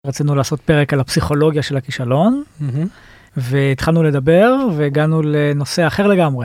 רצינו לעשות פרק על הפסיכולוגיה של הכישלון, והתחלנו לדבר, והגענו לנושא אחר לגמרי.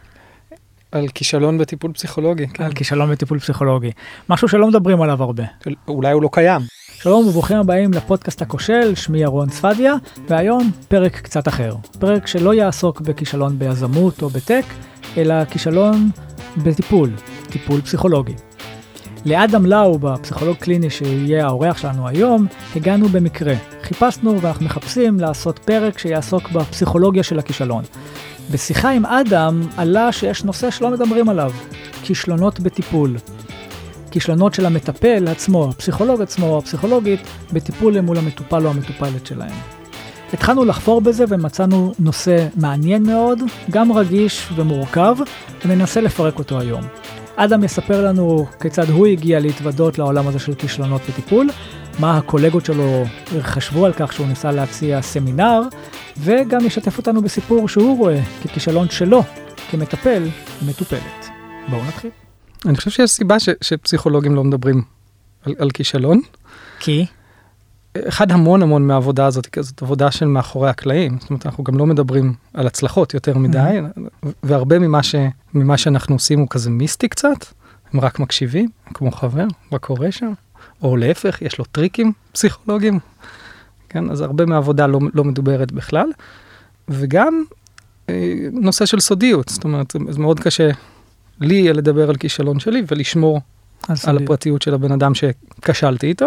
על כישלון בטיפול פסיכולוגי. על כישלון בטיפול פסיכולוגי. משהו שלא מדברים עליו הרבה. אולי הוא לא קיים. שלום וברוכים הבאים לפודקאסט הכושל, שמי ירון צפדיה, והיום פרק קצת אחר. פרק שלא יעסוק בכישלון ביזמות או בטק, אלא כישלון בטיפול, טיפול פסיכולוגי. לאדם לאו, בפסיכולוג קליני שיהיה האורח שלנו היום, הגענו במקרה. חיפשנו ואנחנו מחפשים לעשות פרק שיעסוק בפסיכולוגיה של הכישלון. בשיחה עם אדם עלה שיש נושא שלא מדברים עליו, כישלונות בטיפול. כישלונות של המטפל עצמו, הפסיכולוג עצמו או הפסיכולוגית, בטיפול מול המטופל או המטופלת שלהם. התחלנו לחפור בזה ומצאנו נושא מעניין מאוד, גם רגיש ומורכב, וננסה לפרק אותו היום. אדם יספר לנו כיצד הוא הגיע להתוודות לעולם הזה של כישלונות בטיפול, מה הקולגות שלו חשבו על כך שהוא ניסה להציע סמינר, וגם ישתף אותנו בסיפור שהוא רואה ככישלון שלו, כמטפל ומטופלת. בואו נתחיל. אני חושב שיש סיבה שפסיכולוגים לא מדברים על כישלון. כי? אחד המון מהעבודה הזאת, כי זאת עבודה של מאחורי הקלעים. זאת אומרת, אנחנו גם לא מדברים על הצלחות יותר מדי, והרבה ממה שאנחנו עושים הוא כזה מיסטי קצת. הם רק מקשיבים, כמו חבר, מה קורה שם. או להפך, יש לו טריקים פסיכולוגיים. כן, אז הרבה מהעבודה לא מדוברת בכלל. וגם נושא של סודיות. זאת אומרת, זה מאוד קשה לי לדבר על כישלון שלי ולשמור על הפרטיות של הבן אדם שקשלתי איתו.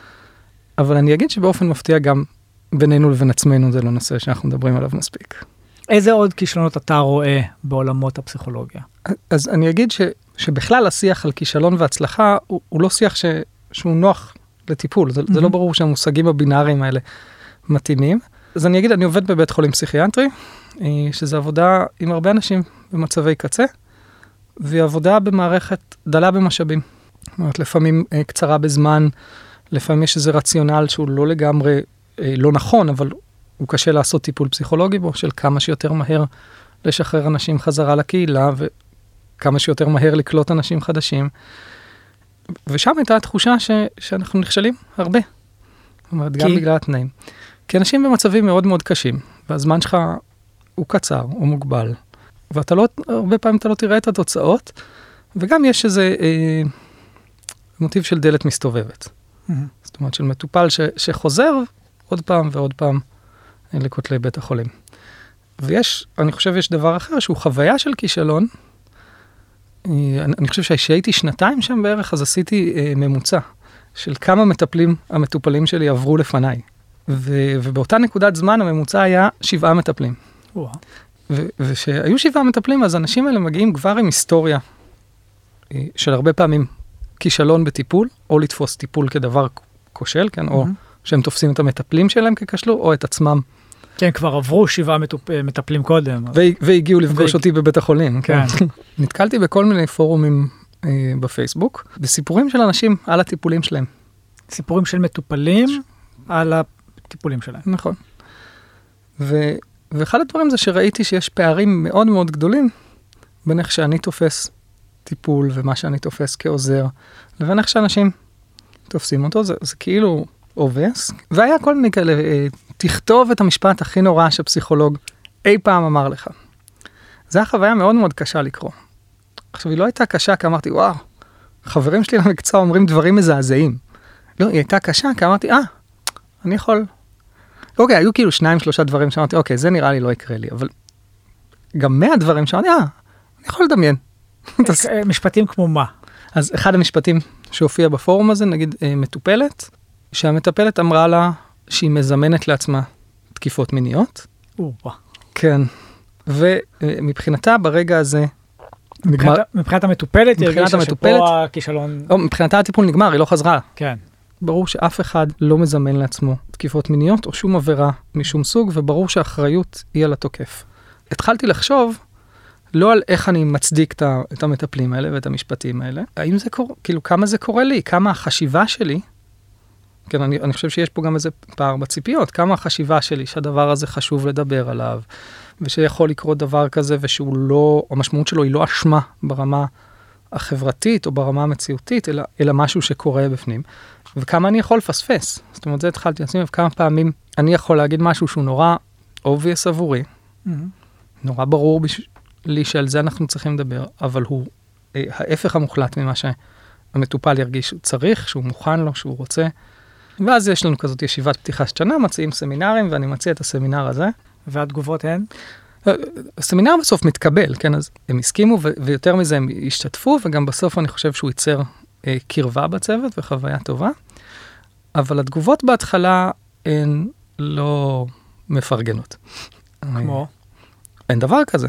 אבל אני אגיד שבאופן מפתיע גם בינינו לבין עצמנו זה לא נושא שאנחנו מדברים עליו מספיק. איזה עוד כישלונות אתה רואה בעולמות הפסיכולוגיה? אז אני אגיד שבכלל השיח על כישלון והצלחה הוא לא שיח שהוא נוח לטיפול. זה לא ברור שהמושגים הבינאריים האלה מתאימים. אז אני אגיד, אני עובד בבית חולים פסיכיאטרי, שזו עבודה עם הרבה אנשים במצבי קצה, והיא עבודה במערכת דלה במשאבים. זאת אומרת, לפעמים קצרה בזמן, לפעמים יש איזה רציונל שהוא לא לגמרי, לא נכון, אבל הוא קשה לעשות טיפול פסיכולוגי בו, של כמה שיותר מהר לשחרר אנשים חזרה לקהילה, וכמה שיותר מהר לקלוט אנשים חדשים. ושם הייתה התחושה שאנחנו נכשלים הרבה. זאת אומרת, גם בגלל התנאים. כי אנשים במצבים מאוד קשים, והזמן שלך הוא קצר, הוא מוגבל, ואתה לא, הרבה פעמים אתה לא תראה את התוצאות, וגם יש איזה מוטיב של דלת מסתובבת. זאת אומרת, של מטופל שחוזר עוד פעם ועוד פעם לכותלי בית החולים. ויש, אני חושב, יש דבר אחר שהוא חוויה של כישלון. אני חושב שהייתי שנתיים שם בערך, אז עשיתי ממוצע של כמה המטופלים שלי עברו לפניי. ובאותה נקודת זמן הממוצע היה 7 מטפלים. ושהיו 7 מטפלים, אז האנשים האלה מגיעים כבר עם היסטוריה של הרבה פעמים כישלון בטיפול, או לתפוס טיפול כדבר כושל, כן? או שהם תופסים את המטפלים שלהם ככשלו, או את עצמם. כן, כבר עברו 7 מטפלים קודם. והגיעו לפגוש אותי בבית החולים. כן. נתקלתי בכל מיני פורומים בפייסבוק, בסיפורים של אנשים על הטיפולים שלהם. סיפורים של מטופלים על הטיפולים שלהם. נכון. ואחד הדברים זה שראיתי שיש פערים מאוד גדולים, בין איך שאני תופס טיפול ומה שאני תופס כעוזר, לבין איך שאנשים תופסים אותו, זה כאילו אובס. והיה כל מיני כאלה, תכתוב את המשפט הכי נורא שפסיכולוג אי פעם אמר לך. זו הייתה חוויה מאוד קשה לקרוא. עכשיו, היא לא הייתה קשה, כי אמרתי, וואו, חברים שלי למקצוע אומרים דברים מזעזעים. לא, היא הייתה קשה, כי אמרתי, אני יכול. אוקיי, היו כאילו 2-3 דברים שאמרתי, אוקיי, זה נראה לי לא יקרה לי, אבל גם 100 דברים שאמרתי, אני יכול לדמיין. משפטים כמו מה? אז אחד המשפטים שהופיע בפורום הזה, נגיד מטופלת, שהמטפלת אמרה לה שהיא מזמנת לעצמה תקיפות מיניות. כן. ומבחינתה ברגע הזה נגמר. מבחינת המטופלת, מבחינת המטופלת, שפה הכישלון. מבחינתה הטיפול נגמר, היא לא חזרה. כן. ברור שאף אחד לא מזמן לעצמו תקיפות מיניות או שום עבירה משום סוג, וברור שהאחריות היא על התוקף. התחלתי לחשוב לא על איך אני מצדיק את המטפלים האלה ואת המשפטים האלה. האם זה קורה, כאילו כמה זה קורה לי, כמה החשיבה שלי, כן, אני חושב שיש פה גם איזה פער בציפיות, כמה החשיבה שלי שהדבר הזה חשוב לדבר עליו, ושיכול לקרות דבר כזה, ושהוא לא, המשמעות שלו היא לא אשמה ברמה החברתית או ברמה המציאותית, אלא משהו שקורה בפנים. וכמה אני יכול לפספס. זאת אומרת, זה התחלתי לשים, וכמה פעמים אני יכול להגיד משהו שהוא נורא obvious עבורי, נורא ברור לי שעל זה אנחנו צריכים לדבר, אבל הוא ההפך המוחלט ממה שהמטופל ירגיש שהוא צריך, שהוא מוכן לו, שהוא רוצה. ואז יש לנו כזאת ישיבת פתיחה שנה, מציעים סמינרים, ואני מציע את הסמינר הזה. והתגובות הן? הסמינר בסוף מתקבל, כן? אז הם הסכימו, ויותר מזה הם השתתפו, וגם בסוף אני חושב שהוא ייצר קרבה בצוות וחוויה טובה. אבל התגובות בהתחלה הן לא מפרגנות. כמו? אין דבר כזה.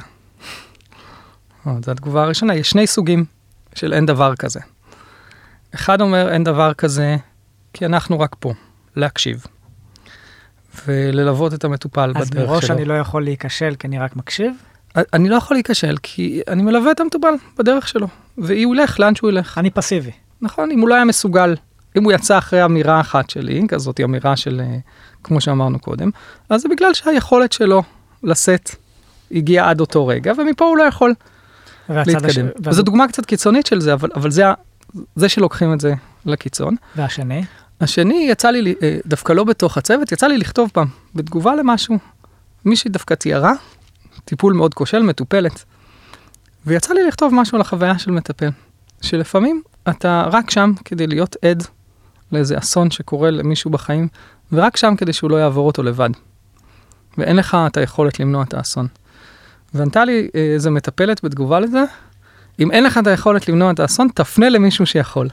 זו התגובה הראשונה. יש שני סוגים של אין דבר כזה. אחד אומר אין דבר כזה, כי אנחנו רק פה, להקשיב. וללוות את המטופל בדרך שלו. אז מראש אני לא יכול להיכשל, כי אני רק מקשיב? אני לא יכול להיכשל, כי אני מלווה את המטופל בדרך שלו. והוא ילך לאן שהוא ילך. אני פסיבי. נכון, אם הוא לא היה מסוגל, אם הוא יצא אחרי אמירה אחת שלי, כזאת היא אמירה של, כמו שאמרנו קודם, אז זה בגלל שהיכולת שלו לשאת הגיעה עד אותו רגע, ומפה הוא לא יכול להתקדם. וזו דוגמה קצת קיצונית של זה, אבל זה שלוקחים את זה לקיצון. והשני? השני יצא לי, דווקא לא בתוך הצוות, יצא לי לכתוב פעם, בתגובה למשהו, מישהי דווקא תיארה, טיפול מאוד כושל, מטופלת, ויצא לי לכתוב משהו על החוויה של מטפל, שלפעמים אתה רק שם כדי להיות עד לאיזה אסון שקורה למישהו בחיים, ורק שם כדי שהוא לא יעבור אותו לבד. ואין לך את היכולת למנוע את האסון. וענתה לי איזה מטפלת בתגובה לזה, אם אין לך את היכולת למנוע את האסון, תפנה למישהו שיכול.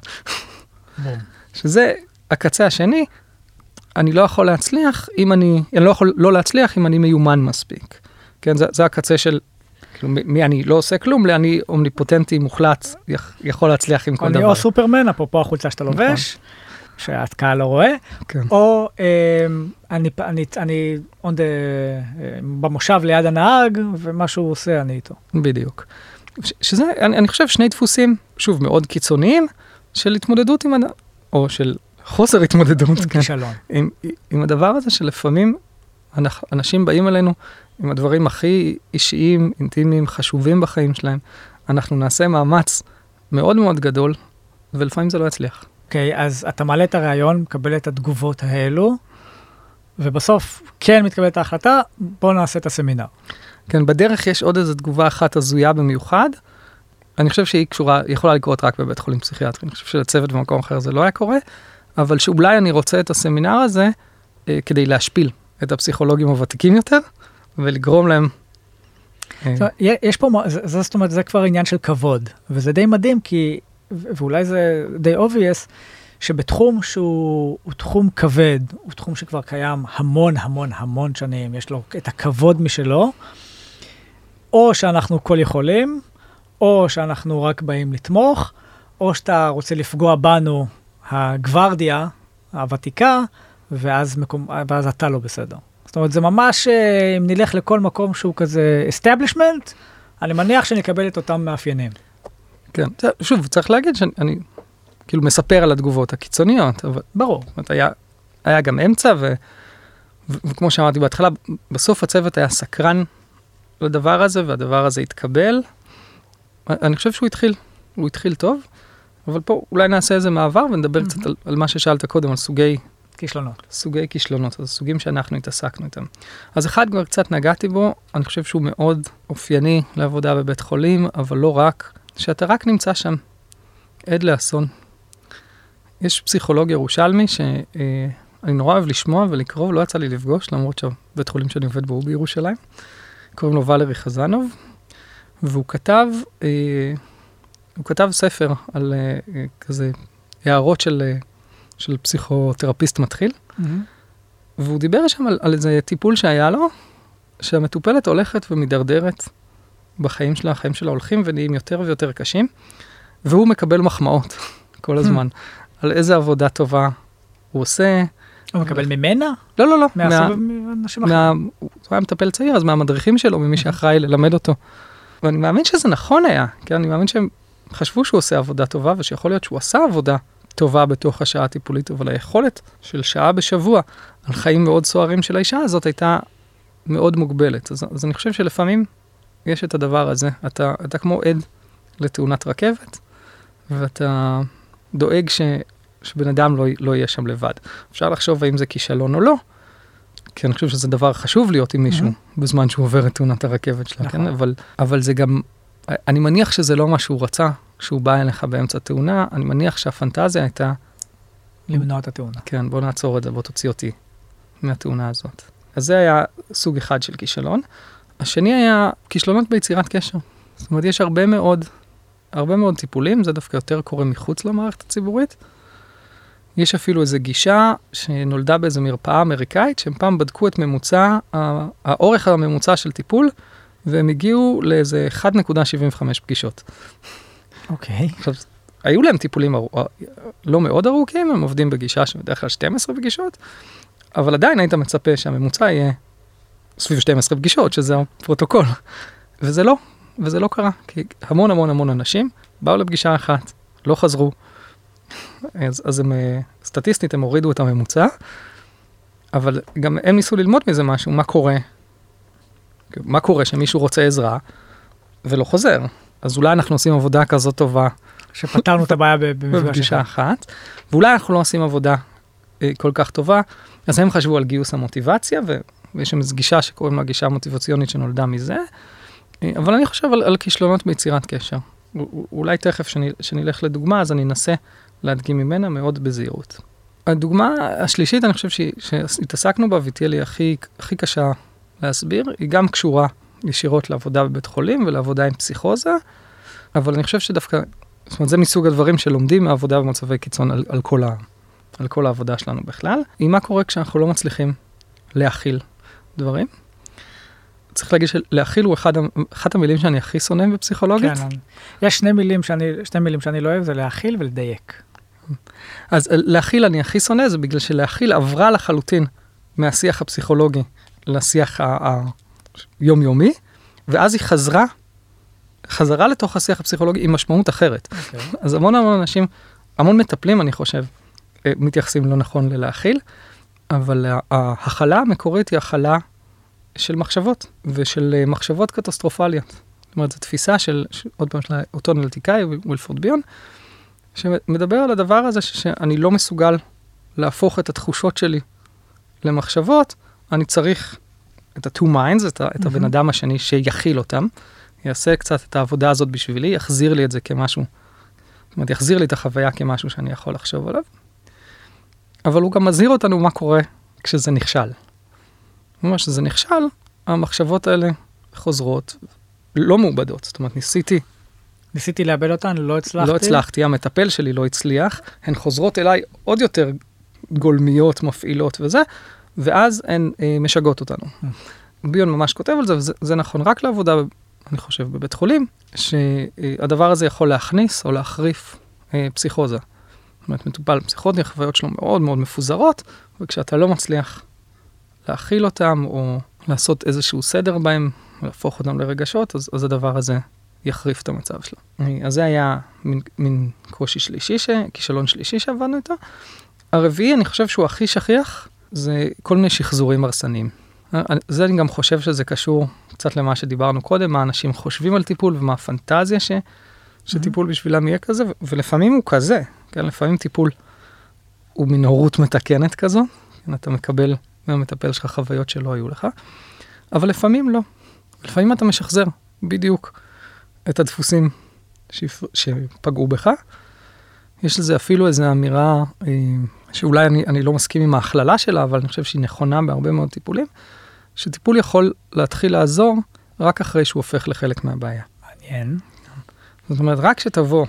שזה הקצה השני, אני לא יכול להצליח אני לא יכול לא להצליח אם אני מיומן מספיק. כן, זה הקצה של, כאילו, מי אני לא עושה כלום, אני אומניפוטנטי מוחלט, יכול להצליח עם כל דבר. אני או סופרמן, אפרופו החולצה שאתה לובש, שאת קהל לא רואה, או אני במושב ליד הנהג, ומה שהוא עושה, אני איתו. בדיוק. שזה, אני חושב, שני דפוסים, שוב, מאוד קיצוניים, של התמודדות או של חוסר התמודדות. עם כישלון. עם הדבר הזה שלפעמים אנשים באים אלינו עם הדברים הכי אישיים, אינטימיים, חשובים בחיים שלהם. אנחנו נעשה מאמץ מאוד מאוד גדול, ולפעמים זה לא יצליח. אוקיי, אז אתה מעלה את הרעיון, מקבל את התגובות האלו, ובסוף כן מתקבלת ההחלטה, בוא נעשה את הסמינר. כן, בדרך יש עוד איזו תגובה אחת הזויה במיוחד. אני חושב שהיא יכולה לקרות רק בבית חולים פסיכיאטרי. אני חושב שלצוות במקום אחר זה לא היה קורה, אבל שאולי אני רוצה את הסמינר הזה כדי להשפיל את הפסיכולוגים הוותיקים יותר, ולגרום להם... יש פה, זאת אומרת, זה כבר עניין של כבוד, וזה די מדהים, כי, ואולי זה די obvious, שבתחום שהוא תחום כבד, הוא תחום שכבר קיים המון המון המון שנים, יש לו את הכבוד משלו, או שאנחנו כל יכולים, או שאנחנו רק באים לתמוך, או שאתה רוצה לפגוע בנו הגוורדיה, הוותיקה, ואז אתה לא בסדר. זאת אומרת, זה ממש, אם נלך לכל מקום שהוא כזה establishment, אני מניח שנקבל את אותם מאפיינים. כן, שוב, צריך להגיד שאני כאילו מספר על התגובות הקיצוניות, אבל ברור. זאת אומרת, היה גם אמצע, וכמו שאמרתי בהתחלה, בסוף הצוות היה סקרן לדבר הזה, והדבר הזה התקבל. אני חושב שהוא התחיל טוב, אבל פה אולי נעשה איזה מעבר, ונדבר קצת על מה ששאלת קודם, על סוגי כישלונות, אז סוגים שאנחנו התעסקנו איתם. אז אחד כבר קצת נגעתי בו, אני חושב שהוא מאוד אופייני לעבודה בבית חולים, אבל לא רק, שאתה רק נמצא שם, עד לאסון. יש פסיכולוג ירושלמי שאני נורא אוהב לשמוע ולקרוא, לא יצא לי לפגוש, למרות שהבית חולים שאני עובד בו הוא בירושלים, קוראים לו ולרי חזנוב, והוא כתב ספר על כזה הערות של פסיכותרפיסט מתחיל, והוא דיבר שם על איזה טיפול שהיה לו, שהמטופלת הולכת ומדרדרת בחיים שלה, החיים שלה הולכים ונהיים יותר ויותר קשים, והוא מקבל מחמאות כל הזמן, על איזה עבודה טובה הוא עושה. הוא מקבל ממנה? לא. מהאנשים אחרים. הוא היה מטפל צעיר, אז מהמדריכים שלו, ממי שאחראי ללמד אותו. ואני מאמין שזה נכון היה, כי אני מאמין שהם חשבו שהוא עושה עבודה טובה, ושיכול להיות שהוא עשה עבודה טובה בתוך השעה הטיפולית, אבל היכולת של שעה בשבוע על חיים מאוד סוערים של האישה הזאת הייתה מאוד מוגבלת. אז אני חושב שלפעמים יש את הדבר הזה. אתה כמו עד לתאונת רכבת, ואתה דואג שבן אדם לא יהיה שם לבד. אפשר לחשוב האם זה כישלון או לא, כי אני חושב שזה דבר חשוב להיות עם מישהו, בזמן שהוא עובר את תאונת הרכבת שלה, כן? אבל זה גם, אני מניח שזה לא מה שהוא רצה, כשהוא בא אליך באמצע תאונה, אני מניח שהפנטזיה הייתה... למנוע את התאונה. כן, בוא נעצור את זה, בוא תוציא אותי מהתאונה הזאת. אז זה היה סוג אחד של כישלון. השני היה כישלונות ביצירת קשר. זאת אומרת, יש הרבה מאוד טיפולים, זה דווקא יותר קורה מחוץ למערכת הציבורית. יש אפילו איזו גישה שנולדה באיזו מרפאה אמריקאית, שהם פעם בדקו את האורך הממוצע של טיפול, והם הגיעו לאיזה 1.75 פגישות. אוקיי. עכשיו, היו להם טיפולים לא מאוד ארוכים, הם עובדים בגישה שבדרך כלל 12 פגישות, אבל עדיין היית מצפה שהממוצע יהיה סביב 12 פגישות, שזה הפרוטוקול. וזה לא קרה, כי המון אנשים באו לפגישה אחת, לא חזרו, אז הם, סטטיסטית הם הורידו את הממוצע, אבל גם הם ניסו ללמוד מזה משהו, מה קורה שמישהו רוצה עזרה ולא חוזר. אז אולי אנחנו עושים עבודה כזאת טובה, שפתרנו את הבעיה בפגישה אחת, ואולי אנחנו לא עושים עבודה כל כך טובה, אז הם חשבו על גיוס המוטיבציה, ויש שם איזו גישה שקוראים לה גישה מוטיבציונית שנולדה מזה, אבל אני חושב על כישלונות ביצירת קשר. אולי תכף שנלך לדוגמה, אז אני אנסה להדגים ממנה מאוד בזהירות. הדוגמה השלישית, אני חושב שהתעסקנו בה, ותהיה לי הכי קשה להסביר, היא גם קשורה ישירות לעבודה בבית חולים ולעבודה עם פסיכוזה, אבל אני חושב שדווקא, זאת אומרת, זה מסוג הדברים שלומדים מהעבודה במצבי קיצון על כל העבודה שלנו בכלל. היא מה קורה כשאנחנו לא מצליחים להכיל דברים. צריך להגיד שלהכיל הוא אחת המילים שאני הכי שונא בפסיכולוגית. כן, יש שתי מילים שאני לא אוהב, זה להכיל ולדייק. אז להכיל אני הכי שונא, זה בגלל שלהכיל עברה לחלוטין מהשיח הפסיכולוגי לשיח היומיומי, ואז היא חזרה לתוך השיח הפסיכולוגי עם משמעות אחרת. אז המון אנשים, המון מטפלים, אני חושב, מתייחסים לא נכון ללהכיל, אבל ההכלה המקורית היא הכלה של מחשבות, ושל מחשבות קטסטרופליות. זאת אומרת, זו תפיסה עוד פעם של אותו אנליטיקאי, וילפורד ביון, שמדבר על הדבר הזה שאני לא מסוגל להפוך את התחושות שלי למחשבות, אני צריך את ה-two minds, את הבן אדם השני שיכיל אותם, יעשה קצת את העבודה הזאת בשבילי, יחזיר לי את זה כמשהו, זאת אומרת, יחזיר לי את החוויה כמשהו שאני יכול לחשוב עליו, אבל הוא גם מזהיר אותנו מה קורה כשזה נכשל. ממש שזה נכשל, המחשבות האלה חוזרות, לא מעובדות, זאת אומרת, ניסיתי לאבד אותן, לא הצלחתי, המטפל שלי לא הצליח, הן חוזרות אליי עוד יותר גולמיות, מפעילות וזה, ואז הן משגעות אותנו. ביון ממש כותב על זה, וזה נכון רק לעבודה, אני חושב, בבית חולים, שהדבר הזה יכול להכניס או להחריף פסיכוזה. זאת אומרת, מטופל פסיכוטי, החוויות שלו מאוד מאוד מפוזרות, וכשאתה לא מצליח להכיל אותם, או לעשות איזשהו סדר בהם, להפוך אותם לרגשות, אז הדבר הזה יחריף את המצב שלו. אז זה היה מין קושי שלישי, כישלון שלישי שעבדנו איתו. הרביעי, אני חושב שהוא הכי שכיח, זה כל מיני שחזורים הרסניים. זה אני גם חושב שזה קשור קצת למה שדיברנו קודם, מה אנשים חושבים על טיפול, ומה הפנטזיה שטיפול בשבילם יהיה כזה, ולפעמים הוא כזה, כן? לפעמים טיפול הוא מין הורות מתקנת כזו, כן? אתה מקבל מהמטפל שלך חוויות שלא היו לך, אבל לפעמים לא. לפעמים אתה משחזר בדיוק את הדפוסים שפגעו בך. יש לזה אפילו איזו אמירה שאולי אני לא מסכים עם ההכללה שלה, אבל אני חושב שהיא נכונה בהרבה מאוד טיפולים, שטיפול יכול להתחיל לעזור רק אחרי שהוא הופך לחלק מהבעיה. מעניין. זאת אומרת, רק שתבוא,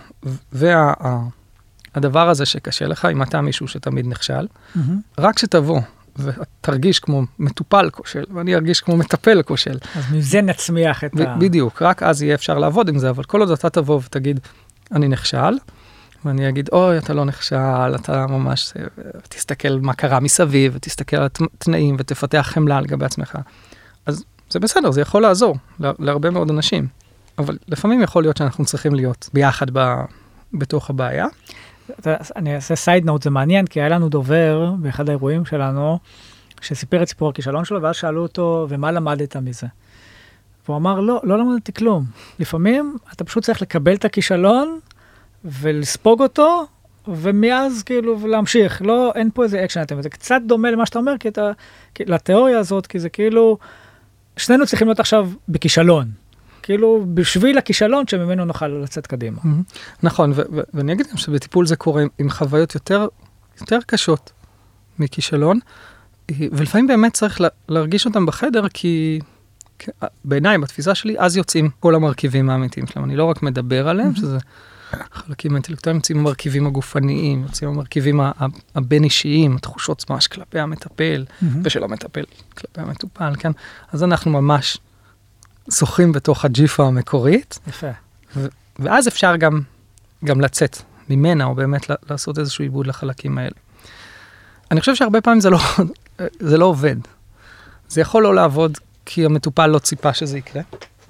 והדבר הזה שקשה לך, אם אתה מישהו שתמיד נכשל, רק שתבוא, ותרגיש כמו מטופל כושל, ואני ארגיש כמו מטפל כושל. אז מזה נצמיח את בדיוק, רק אז יהיה אפשר לעבוד עם זה, אבל כל עוד אתה תבוא ותגיד, אני נכשל, ואני אגיד, אוי, אתה לא נכשל, אתה ממש, תסתכל מה קרה מסביב, ותסתכל על התנאים, ותפתח חמלה לגבי עצמך. אז זה בסדר, זה יכול לעזור להרבה מאוד אנשים. אבל לפעמים יכול להיות שאנחנו צריכים להיות ביחד בתוך הבעיה. אני אעשה סייד נוט, זה מעניין, כי היה לנו דובר באחד האירועים שלנו, שסיפר את סיפור הכישלון שלו, ואז שאלו אותו, ומה למדת מזה? והוא אמר, לא למדתי כלום. לפעמים אתה פשוט צריך לקבל את הכישלון, ולספוג אותו, ומאז כאילו להמשיך, לא, אין פה איזה אקשן אתם, זה קצת דומה למה שאתה אומר, לתיאוריה הזאת, כי זה כאילו, שנינו צריכים להיות עכשיו בכישלון, כאילו בשביל הכישלון שממנו נוכל לצאת קדימה. נכון, ואני אגיד גם שבטיפול זה קורה עם חוויות יותר קשות מכישלון, ולפעמים באמת צריך להרגיש אותם בחדר, כי בעיניי, בתפיסה שלי, אז יוצאים כל המרכיבים האמיתיים שלהם. אני לא רק מדבר עליהם, שזה חלקים האינטלקטואליים, יוצאים המרכיבים הגופניים, יוצאים המרכיבים הבין-אישיים, התחושות ממש כלפי המטפל, ושל המטפל כלפי המטופל, כן? אז אנחנו ממש שוחים בתוך הג'יפה המקורית. יפה. ואז אפשר גם לצאת ממנה, או באמת לעשות איזשהו עיבוד לחלקים האלה. אני חושב שהרבה פעמים זה לא עובד. זה יכול לא לעבוד, כי המטופל לא ציפה שזה יקרה,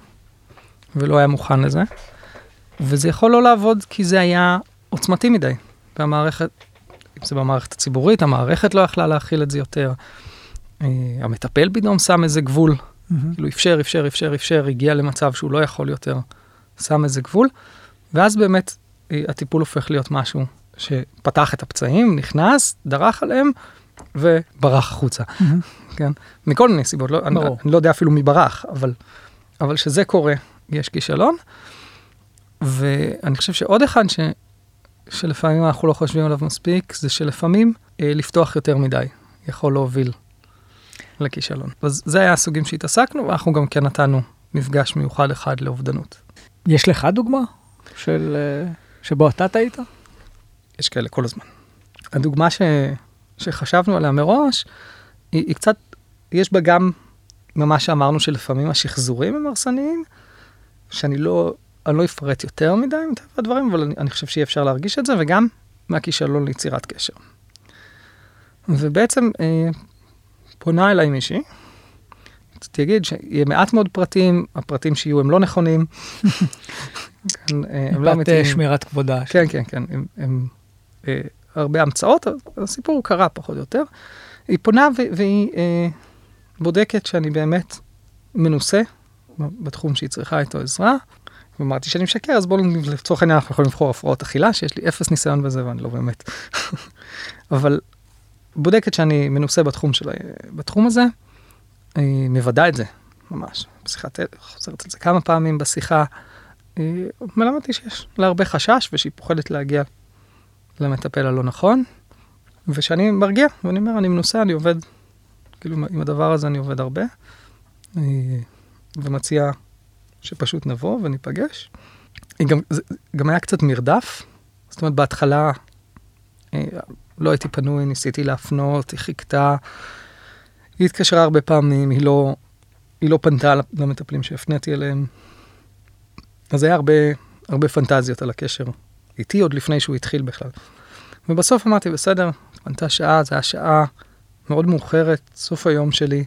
ולא היה מוכן לזה. וזה יכול לא לעבוד, כי זה היה עוצמתי מדי. והמערכת, אם זה במערכת הציבורית, המערכת לא יכלה להכיל את זה יותר. המטפל פתאום שם איזה גבול. כאילו אפשר, הגיע למצב שהוא לא יכול יותר, שם איזה גבול. ואז באמת הטיפול הופך להיות משהו שפתח את הפצעים, נכנס, דרך עליהם, וברח החוצה. כן? מכל מיני סיבות, אני לא יודע אפילו מי ברח, אבל שזה קורה, יש כישלון. ואני חושב שעוד אחד שלפעמים אנחנו לא חושבים עליו מספיק, זה שלפעמים לפתוח יותר מדי יכול להוביל לכישלון. אז זה היה הסוגים שהתעסקנו, ואנחנו גם כן נתנו מפגש מיוחד אחד לאובדנות. יש לך דוגמה שבו אתה טעית? יש כאלה כל הזמן. הדוגמה שחשבנו עליה מראש, היא קצת, יש בה גם ממש שאמרנו שלפעמים השחזורים הם הרסניים, שאני לא אפרט יותר מדי מטבע הדברים, אבל אני חושב שיהיה אפשר להרגיש את זה, וגם מהכישלון ליצירת קשר. ובעצם פונה אליי מישהי, תגיד שיהיה מעט מאוד פרטים, הפרטים שיהיו הם לא נכונים. הם לא מתאים. שמירת כבודה. כן, כן, כן. הם הרבה המצאות, הסיפור הוא קרה פחות או יותר. היא פונה והיא בודקת שאני באמת מנוסה בתחום שהיא צריכה איתו עזרה. ואמרתי שאני משקר, אז בואו לצורך העניין אנחנו יכולים לבחור הפרעות אכילה, שיש לי 0 ניסיון בזה ואני לא באמת. אבל בודקת שאני מנוסה בתחום הזה, היא מוודא את זה, ממש. בשיחת, חוזרת על זה כמה פעמים בשיחה, מלמדתי שיש לה הרבה חשש, ושהיא פוחדת להגיע למטפל הלא נכון, ושאני מרגיע, ואני אומר, אני מנוסה, אני עובד, כאילו עם הדבר הזה אני עובד הרבה, ומציע שפשוט נבוא וניפגש. גם היה קצת מרדף, זאת אומרת, בהתחלה לא הייתי פנוי, ניסיתי להפנות, היא חיכתה, היא התקשרה הרבה פעמים, היא לא פנתה למטפלים שהפניתי אליהם. אז היה הרבה פנטזיות על הקשר איתי, עוד לפני שהוא התחיל בכלל. ובסוף אמרתי, בסדר, פנתה שעה, זה היה שעה מאוד מאוחרת, סוף היום שלי.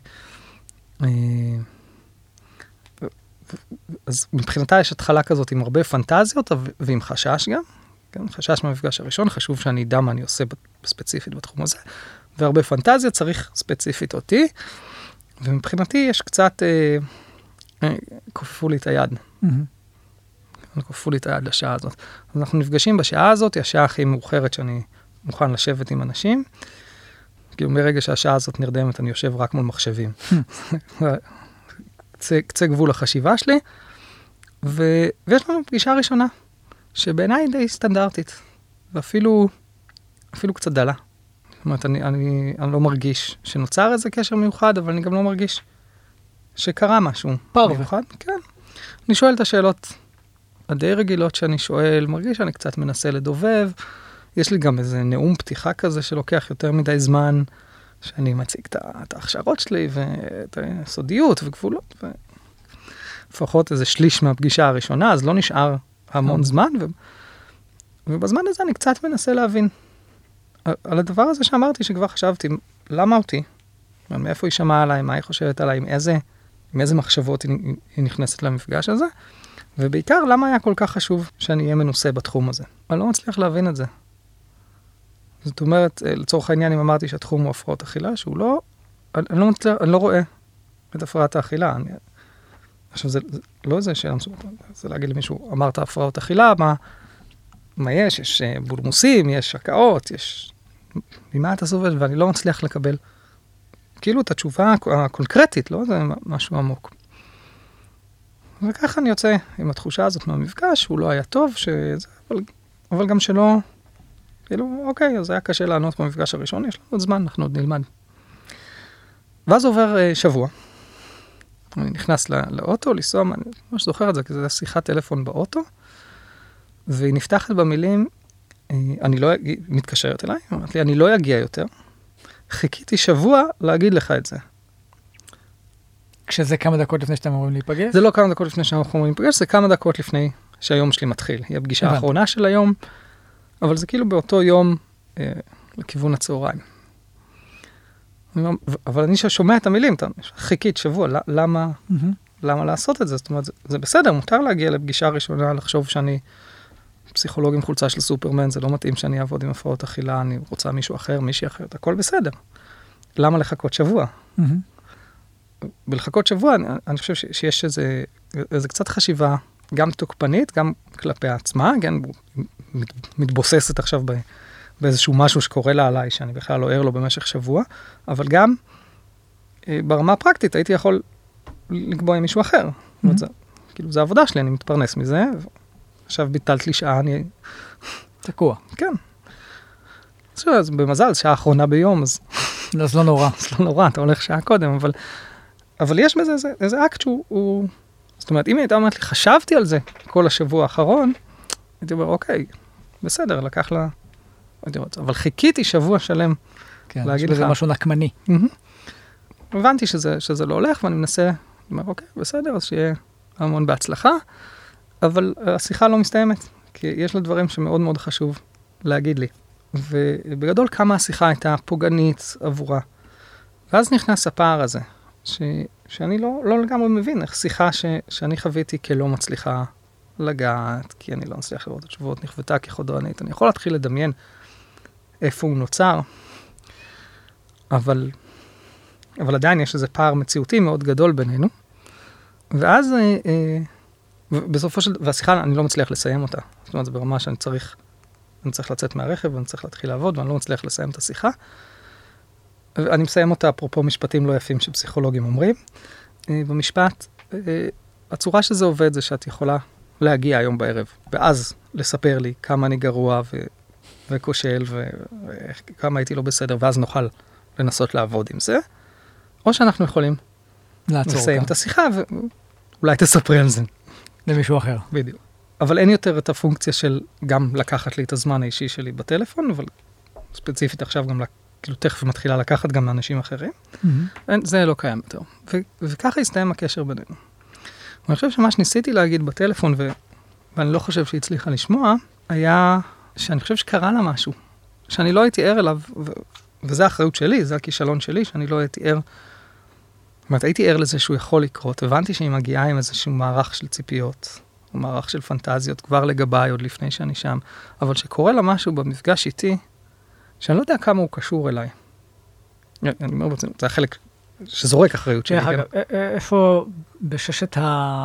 אז מבחינתה יש התחלה כזאת עם הרבה פנטזיות, ועם חשש גם. כן, חשש מהמפגש הראשון, חשוב שאני אדע מה אני עושה ספציפית בתחום הזה. והרבה פנטזיות, צריך ספציפית אותי. ומבחינתי יש קצת, כופפו לי את היד. כופפו לי את היד לשעה הזאת. אז אנחנו נפגשים בשעה הזאת, היא השעה הכי מאוחרת שאני מוכן לשבת עם אנשים. כאילו מרגע שהשעה הזאת נרדמת, אני יושב רק מול מחשבים. קצה גבול החשיבה שלי. ויש לנו פגישה ראשונה, שבעיניי די סטנדרטית. ואפילו קצת דלה. זאת אומרת, אני לא מרגיש שנוצר איזה קשר מיוחד, אבל אני גם לא מרגיש שקרה משהו מיוחד. כן. אני שואל את השאלות הדי רגילות שאני שואל, מרגיש שאני קצת מנסה לדובב. יש לי גם איזה נאום פתיחה כזה שלוקח יותר מדי זמן, שאני מציג את ההכשרות שלי, ואת הסודיות וגבולות, לפחות איזה שליש מהפגישה הראשונה, אז לא נשאר המון זמן, ובזמן הזה אני קצת מנסה להבין. על הדבר הזה שאמרתי, שכבר חשבתי, למה אותי? מאיפה היא שמעה עליי, מה היא חושבת עליי, עם איזה מחשבות היא נכנסת למפגש הזה, ובעיקר, למה היה כל כך חשוב שאני אהיה מנוסה בתחום הזה? אני לא מצליח להבין את זה. זאת אומרת, לצורך העניין, אם אמרתי שהתחום הוא הפרעות אכילה, שהוא לא, אני לא רואה את הפרעת האכילה. עכשיו, זה לא איזה שאלה מסוימת, זה להגיד למישהו, אמרת הפרעות אכילה, מה יש? יש בולמוסים, יש שקאות, יש... ממה אתה סובל? ואני לא מצליח לקבל כאילו את התשובה הקונקרטית, לא? זה משהו עמוק. וככה אני יוצא עם התחושה הזאת מהמפגש, הוא לא היה טוב, אבל גם שלא, כאילו, אוקיי, אז היה קשה לענות במפגש הראשון, יש לנו עוד זמן, אנחנו עוד נלמד. ואז עובר שבוע. אני נכנס לאוטו, לנסוע, אני ממש זוכר את זה, כי זה שיחת טלפון באוטו, והיא נפתחת במילים, אני לא, מתקשרת אליי, אמרת לי, אני לא אגיע יותר. חיכיתי שבוע להגיד לך את זה. כשזה כמה דקות לפני שאתם אמורים להיפגש? זה לא כמה דקות לפני שאנחנו אמורים להיפגש, זה כמה דקות לפני שהיום שלי מתחיל. היא הפגישה האחרונה של היום, אבל זה כאילו באותו יום לכיוון הצהריים. אבל אני שומע את המילים, חיכית שבוע, למה לעשות את זה? זאת אומרת, זה בסדר, מותר להגיע לפגישה ראשונה, לחשוב שאני פסיכולוג עם חולצה של סופרמן, זה לא מתאים שאני אעבוד עם הפרעות אכילה, אני רוצה מישהו אחר, מישהי אחרת, הכל בסדר. למה לחכות שבוע? בלחכות שבוע, אני חושב שיש איזה קצת חשיבה, גם תוקפנית, גם כלפי עצמה, כן, מתבוססת עכשיו באיזשהו משהו שקורה לה עליי, שאני בכלל לא ער לו במשך שבוע, אבל גם ברמה הפרקטית, הייתי יכול לקבוע עם מישהו אחר. כאילו, זה העבודה שלי, אני מתפרנס מזה, עכשיו ביטלת לי שעה, אני... תקוע. כן. אז במזל, שעה האחרונה ביום, אז לא נורא. אז לא נורא, אתה הולך שעה קודם, אבל יש בזה איזה אקט שהוא... זאת אומרת, אם הייתה אומרת לי, חשבתי על זה כל השבוע האחרון, הייתי אומר, אוקיי, בסדר, לקח לה... אבל חיכיתי שבוע שלם להגיד לך... זה משהו נקמני. הבנתי שזה לא הולך, ואני מנסה, אומר, אוקיי, בסדר, אז שיהיה המון בהצלחה, אבל השיחה לא מסתיימת, כי יש לה דברים שמאוד מאוד חשוב להגיד לי. ובגדול כמה השיחה הייתה פוגענית עבורה. ואז נכנס הפער הזה, שאני לא לגמרי מבין, איך שיחה שאני חוויתי כלא מצליחה לגעת, כי אני לא מצליח לראות את התשובות, נכוותה כחודרנית. אני יכול להתחיל לדמיין איפה הוא נוצר, אבל עדיין יש איזה פער מציאותי מאוד גדול בינינו. ואז, בסופו של דבר, והשיחה, אני לא מצליח לסיים אותה. זאת אומרת, זה ברמה שאני צריך לצאת מהרכב, ואני צריך להתחיל לעבוד, ואני לא מצליח לסיים את השיחה. אני מסיים אותה, אפרופו משפטים לא יפים שפסיכולוגים אומרים. במשפט, הצורה שזה עובד זה שאת יכולה להגיע היום בערב, ואז לספר לי כמה אני גרוע וכושל, וכמה הייתי לא בסדר, ואז נוכל לנסות לעבוד עם זה. או שאנחנו יכולים לסיים את השיחה, ואולי תספרי על זה. למישהו אחר. בדיוק. אבל אין יותר את הפונקציה של גם לקחת לי את הזמן האישי שלי בטלפון, אבל ספציפית עכשיו גם כאילו תכף מתחילה לקחת גם לאנשים אחרים. זה לא קיים יותר. וככה הסתיים הקשר בינינו. ואני חושב שמה שניסיתי להגיד בטלפון, ואני לא חושב שהיא הצליחה לשמוע, היה שאני חושב שקרה לה משהו, שאני לא הייתי ער אליו, וזה האחריות שלי, זה הכישלון שלי, שאני לא הייתי ער. זאת אומרת, הייתי ער לזה שהוא יכול לקרות, הבנתי שהיא מגיעה עם איזשהו מערך של ציפיות, או מערך של פנטזיות, כבר לגביי, עוד לפני שאני שם, אבל שקורה לה משהו במפגש איתי, שאני לא יודע כמה הוא קשור אליי. אני אומר, זה החלק שזורק אחריות שלי. איפה בששת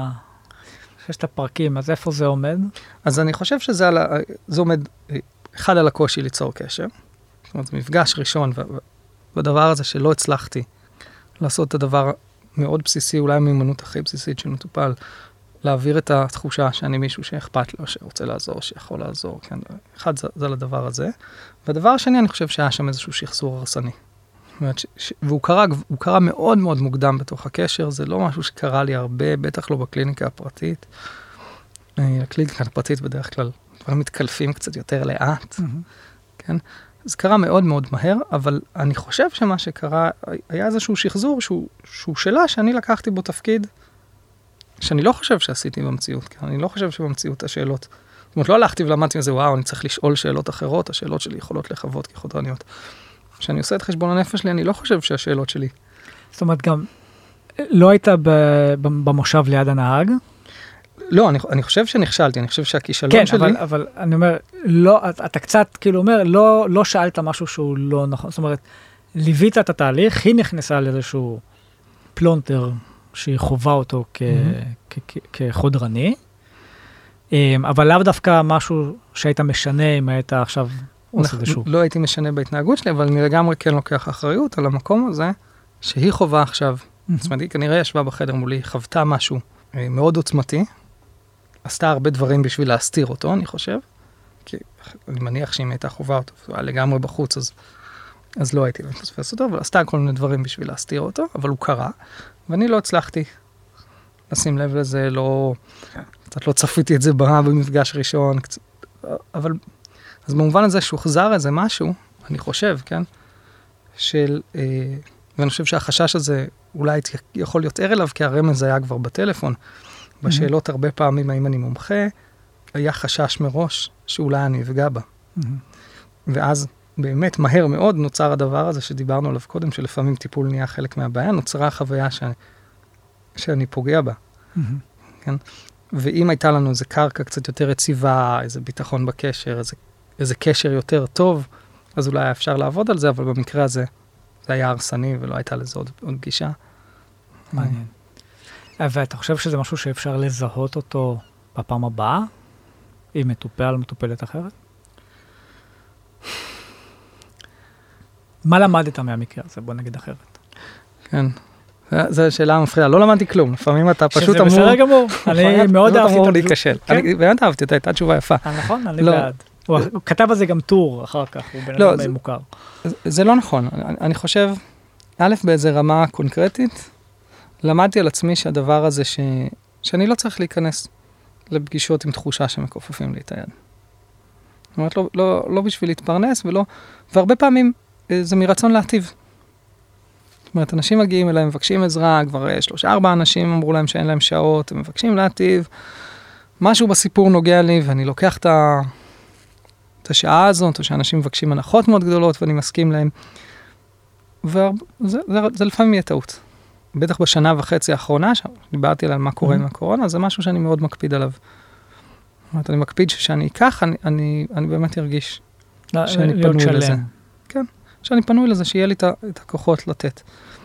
הפרקים, אז איפה זה עומד? אז אני חושב שזה עומד, אחד על הקושי ליצור קשר. זאת אומרת, זה מפגש ראשון, והדבר הזה שלא הצלחתי לעשות את הדבר מאוד בסיסי, אולי המיומנות הכי בסיסית של מטופל, להעביר את התחושה שאני מישהו שאכפת לו, שרוצה לעזור, שיכול לעזור. כן? אחד זה לדבר הזה. והדבר השני, אני חושב שהיה שם איזשהו שחזור הרסני. והוא קרה מאוד מאוד מוקדם בתוך הקשר, זה לא משהו שקרה לי הרבה, בטח לא בקליניקה הפרטית. הקליניקה הפרטית בדרך כלל, דברים מתקלפים קצת יותר לאט. כן? זה קרה מאוד מאוד מהר, אבל אני חושב שמה שקרה, היה איזשהו שחזור שהוא שאלה שאני לקחתי בו תפקיד, שאני לא חושב שעשיתי במציאות, כי אני לא חושב שבמציאות השאלות, זאת אומרת, לא הלכתי ולמדתי מזה, וואו, אני צריך לשאול שאלות אחרות, השאלות שלי יכולות לחוות כחודרניות. כשאני עושה את חשבון הנפש שלי, אני לא חושב שהשאלות שלי. זאת אומרת, גם לא היית במושב ליד הנהג? לא, אני חושב שנכשלתי, אני חושב שהכישלון שלי... כן, אבל אני אומר, לא, אתה קצת כאילו אומר, לא שאלת משהו שהוא לא נכון, זאת אומרת, ליווית את התהליך, היא נכנסה לאיזשהו פלונטר שהיא חובה אותו כחודרני, אבל לאו דווקא משהו שהיית משנה אם היית עכשיו עושה את זה שוב. לא הייתי משנה בהתנהגות שלי, אבל אני לגמרי כן לוקח אחריות על המקום הזה, שהיא חובה עכשיו. זאת אומרת, היא כנראה ישבה בחדר מולי, חוותה משהו מאוד עוצמתי, עשתה הרבה דברים בשביל להסתיר אותו, אני חושב, כי אני מניח שאם הייתה חובה אותו, הוא היה לגמרי בחוץ, אז לא הייתי מפספס אותו, אבל עשתה כל מיני דברים בשביל להסתיר אותו, אבל הוא קרה, ואני לא הצלחתי לשים לב לזה, קצת לא צפיתי את זה במפגש ראשון, אבל, אז במובן הזה שהוחזר איזה משהו, אני חושב, כן, ואני חושב שהחשש הזה אולי יכול להיות ער אליו, כי הרמז היה כבר בטלפון, בשאלות הרבה פעמים, האם אני מומחה, היה חשש מראש שאולי אני אפגע בה. ואז באמת מהר מאוד נוצר הדבר הזה שדיברנו עליו קודם, שלפעמים טיפול נהיה חלק מהבעיה, נוצרה החוויה שאני פוגע בה. כן? ואם הייתה לנו איזה קרקע קצת יותר יציבה, איזה ביטחון בקשר, איזה קשר יותר טוב, אז אולי אפשר לעבוד על זה, אבל במקרה הזה זה היה הרסני ולא הייתה לזה עוד גישה. מעניין. ואתה חושב שזה משהו שאפשר לזהות אותו בפעם הבאה, אם מטופל, מטופלת אחרת? מה למדת מהמקרה הזה? בוא נגיד אחרת. כן, זו שאלה מפחידה. לא למדתי כלום, לפעמים אתה פשוט אמור... שזה בסדר גמור, אני מאוד אהבתי את אמור להיכשל. אני באמת אהבתי אותה, הייתה תשובה יפה. נכון, אני בעד. הוא כתב על זה גם טור אחר כך, הוא בן אדם מוכר. זה לא נכון, אני חושב, א', באיזה רמה קונקרטית, למדתי על עצמי שהדבר הזה שאני לא צריך להיכנס לפגישות עם תחושה שמכופפים לי את היד. זאת אומרת, לא בשביל להתפרנס והרבה פעמים זה מרצון להטיב. זאת אומרת, אנשים מגיעים אליהם, מבקשים עזרה, כבר 3-4 אנשים אמרו להם שאין להם שעות, הם מבקשים להטיב, משהו בסיפור נוגע לי, ואני לוקח את השעה הזאת, או שאנשים מבקשים הנחות מאוד גדולות, ואני מסכים להם. זה לפעמים יהיה טעות. בטח בשנה וחצי האחרונה, שדיברתי על מה קורה עם הקורונה, זה משהו שאני מאוד מקפיד עליו. זאת אומרת, אני מקפיד שאני אקח, אני באמת ארגיש שאני פנוי לזה. כן, שאני פנוי לזה, שיהיה לי את הכוחות לתת.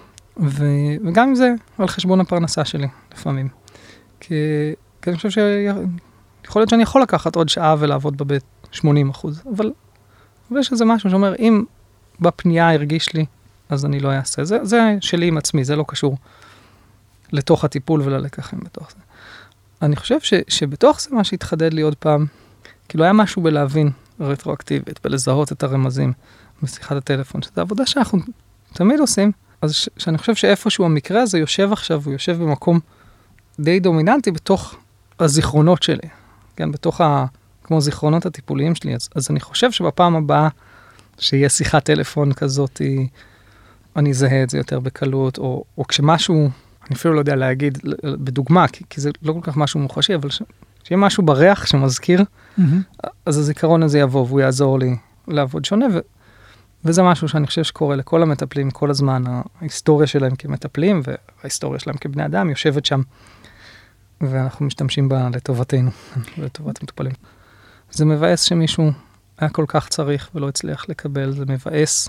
וגם עם זה, על חשבון הפרנסה שלי, לפעמים. כי אני חושב שיכול להיות שאני יכול לקחת עוד שעה ולעבוד בבית 80%, אבל יש איזה משהו שאומר, אם בפנייה הרגיש לי, אז אני לא אעשה. זה שלי עם עצמי, זה לא קשור לתוך הטיפול וללקחים בתוך זה. אני חושב שבתוך זה מה שהתחדד לי עוד פעם, כאילו היה משהו בלהבין רטרואקטיבית, בלזהות את הרמזים בשיחת הטלפון, שזו עבודה שאנחנו תמיד עושים, אז שאני חושב שאיפשהו המקרה הזה יושב עכשיו, הוא יושב במקום די דומיננטי בתוך הזיכרונות שלי, כן, בתוך כמו זיכרונות הטיפוליים שלי, אז אני חושב שבפעם הבאה שיהיה שיחת טלפון כזאת, אני אזהה את זה יותר בקלות, או כשמשהו, אני אפילו לא יודע להגיד בדוגמה, כי זה לא כל כך משהו מוחשי, אבל שיהיה משהו בריח שמזכיר, אז הזיכרון הזה יבוא, והוא יעזור לי לעבוד שונה, וזה משהו שאני חושב שקורה לכל המטפלים, כל הזמן, ההיסטוריה שלהם כמטפלים, וההיסטוריה שלהם כבני אדם, יושבת שם, ואנחנו משתמשים בה לטובתנו, לטובת המטופלים. זה מבאס שמישהו היה כל כך צריך ולא הצליח לקבל, זה מבאס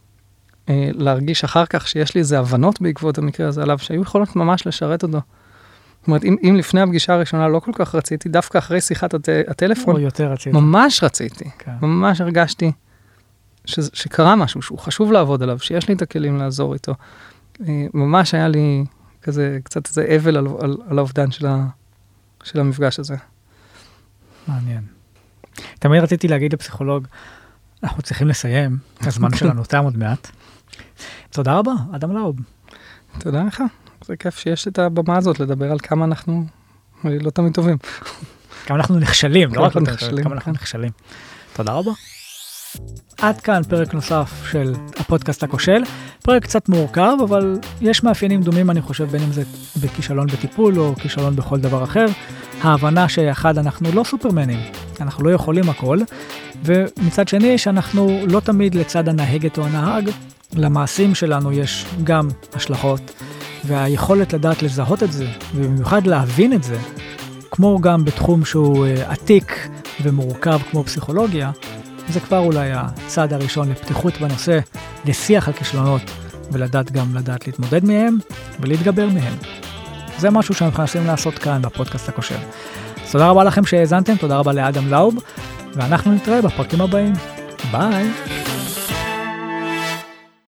להרגיש אחר כך שיש לי איזה הבנות בעקבות המקרה הזה עליו, שהיו יכולות ממש לשרת אותו. זאת אומרת, אם לפני הפגישה הראשונה לא כל כך רציתי, דווקא אחרי שיחת הטלפון, ממש רציתי, ממש הרגשתי שקרה משהו, שהוא חשוב לעבוד עליו, שיש לי את הכלים לעזור איתו. ממש היה לי כזה, קצת איזה אבל על האובדן של המפגש הזה. מעניין. תמיד רציתי להגיד לפסיכולוג, אנחנו צריכים לסיים, הזמן שלנו תם עוד מעט. תודה רבה, אדם לאוב. תודה לך. זה כיף שיש את הבמה הזאת לדבר על כמה אנחנו לא תמיד טובים. כמה אנחנו נכשלים, לא רק כמה אנחנו נכשלים. תודה רבה. עד כאן פרק נוסף של הפודקאסט הכושל. פרק קצת מורכב, אבל יש מאפיינים דומים, אני חושב, בין אם זה בכישלון בטיפול או כישלון בכל דבר אחר. ההבנה שאחד, אנחנו לא סופרמנים, אנחנו לא יכולים הכל, ומצד שני שאנחנו לא תמיד לצד הנהגת או הנהג, למעשים שלנו יש גם השלכות, והיכולת לדעת לזהות את זה, ובמיוחד להבין את זה, כמו גם בתחום שהוא עתיק ומורכב כמו פסיכולוגיה, זה כבר אולי הצעד הראשון לפתיחות בנושא, לשיח על כישלונות, ולדעת גם לדעת להתמודד מהם ולהתגבר מהם. זה משהו שאנחנו מנסים לעשות כאן בפודקאסט הכושל. תודה רבה לכם שהאזנתם, תודה רבה לאדם לאוב, ואנחנו נתראה בפרקים הבאים. ביי.